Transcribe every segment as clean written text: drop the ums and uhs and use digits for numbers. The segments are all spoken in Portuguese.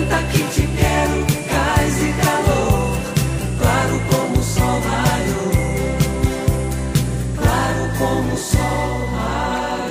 canta que te quero, gás e calor, claro como o sol raiou, claro como o sol raiou.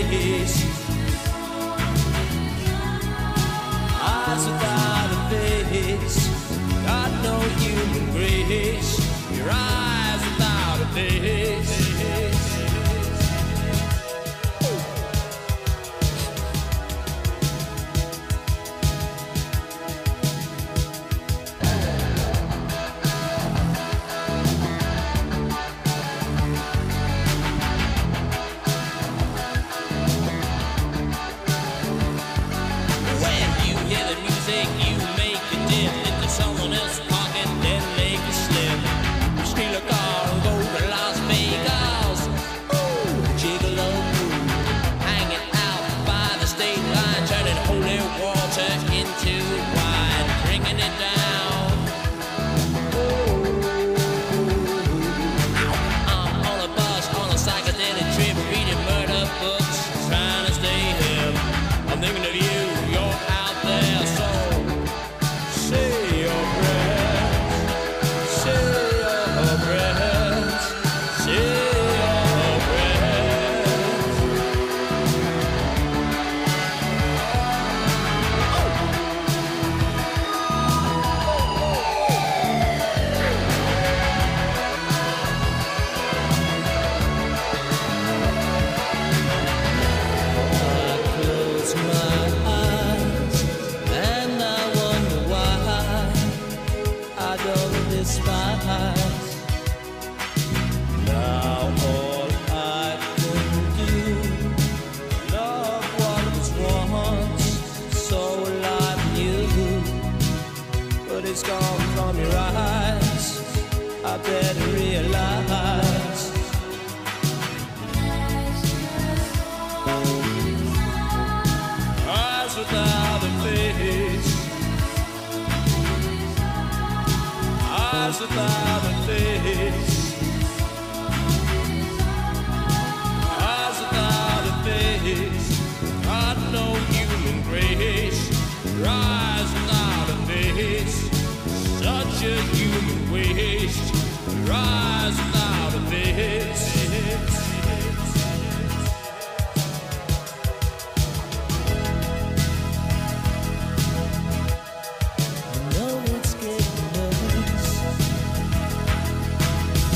face. Eyes without a face. Got no human grace. Your eyes without a face. It's gone from your eyes. I better realize. Eyes without a face. Eyes without a face. Eyes without a face. Got no human grace. Your eyes without a face. Such a human waste. Rise without a face. I know it's getting worse.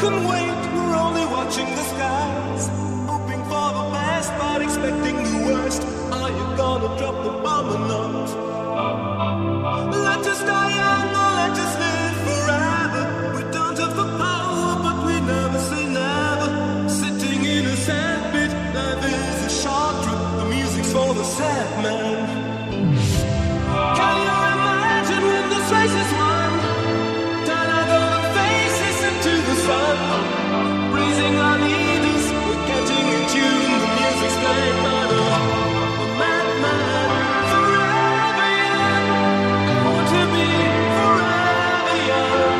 can wait, we're only watching the skies, hoping for the best but expecting the worst. Are you gonna drop the bomb or not? Let us die young or let us live forever. We don't have the power but we never say never. Sitting in a sandpit, life is a short trip. The music's for the sad man. Can you imagine when this race is won? Turn our golden faces into the sun. Praising our leaders, we're getting in tune. The music's played by the madman. Forever young, I want to be forever young.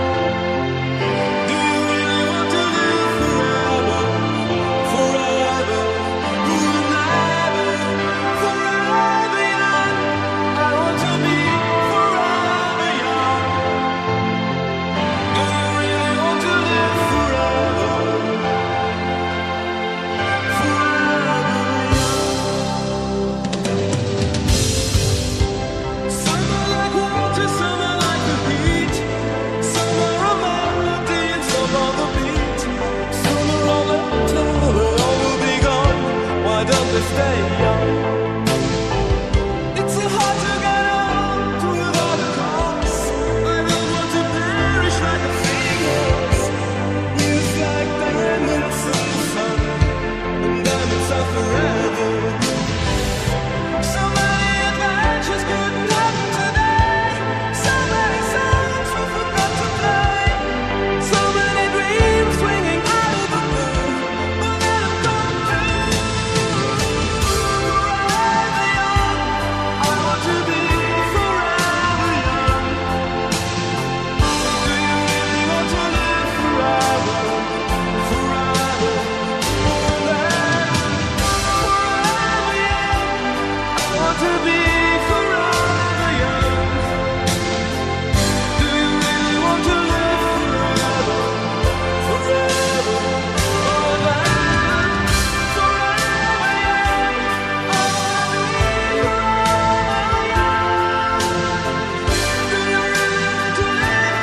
Do you really want to live forever? Forever, never. Forever young, I want to be forever young. Do you really want to live forever? Forever young. Some are like water, some are like the heat. Some are a melody and some are the beat. Some are all eternal, but all will be gone. Why don't they stay young? It's so hard to get old without a cause. I don't want to perish like a phoenix. It's like diamonds in the sun, and diamonds are forever. So many adventures couldn't happen today. So many songs we forgot to play. So many dreams swinging out of the blue, but let them come true. Forever young, I want to be forever young. Do you really want to live forever? Forever, forever, forever young. I want to be forever young. Do you really want to live forever? Forever, forever, forever young. I want to be forever young. Do you really want to live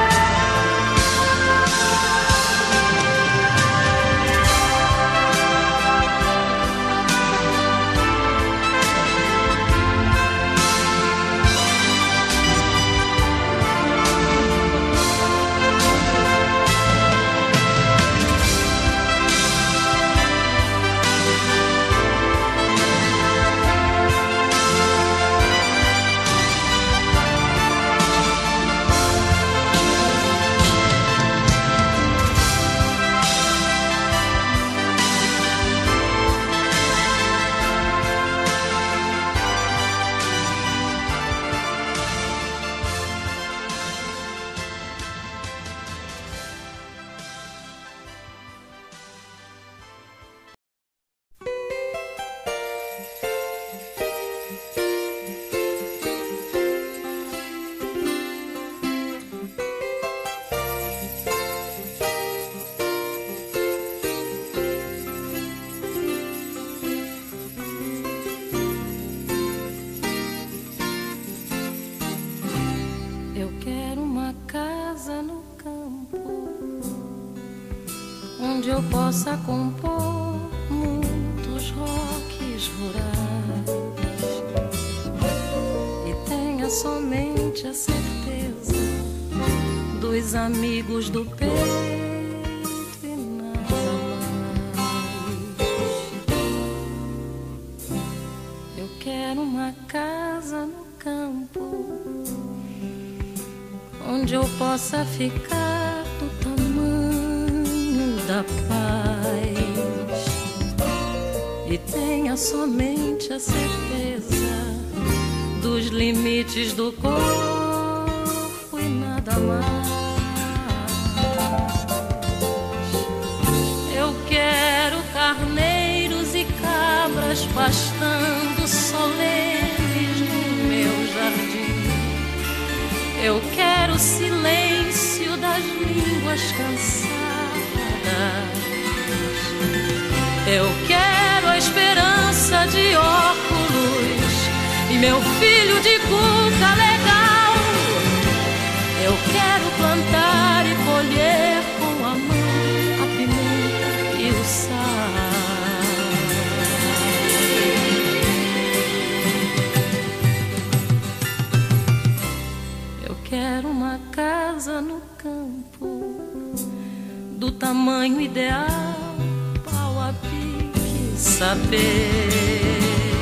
Eu quero uma casa no campo, onde eu possa compor muitos rocks rurais e tenha somente a certeza dos amigos do peito e nada mais. Eu quero uma casa no campo, onde eu possa ficar do tamanho da paz e tenha somente a certeza dos limites do corpo e nada mais. Eu quero carneiros e cabras pastando solenes no meu jardim. Eu quero o silêncio das línguas cansadas. Eu quero a esperança de óculos e meu filho de cuca legal. Eu quero plantar e colher com mão, a pimenta e o sal. Eu quero uma casa no campo, do tamanho ideal, pau a pique, saber,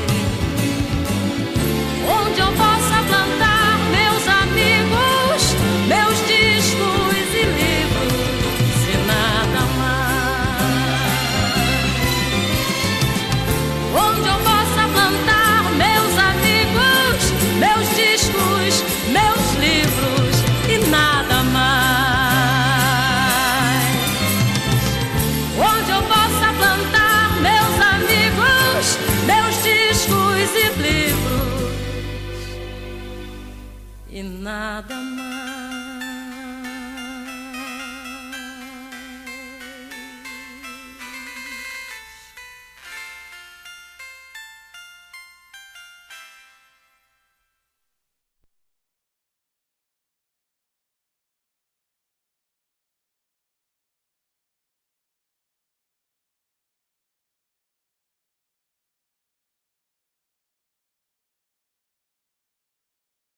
onde eu possa plantar meus amigos, meus discos e livros e nada mais. Onde eu possa plantar meus amigos, meus discos, meus livros e nada mais. Onde eu possa plantar meus amigos, meus discos e livros e nada mais.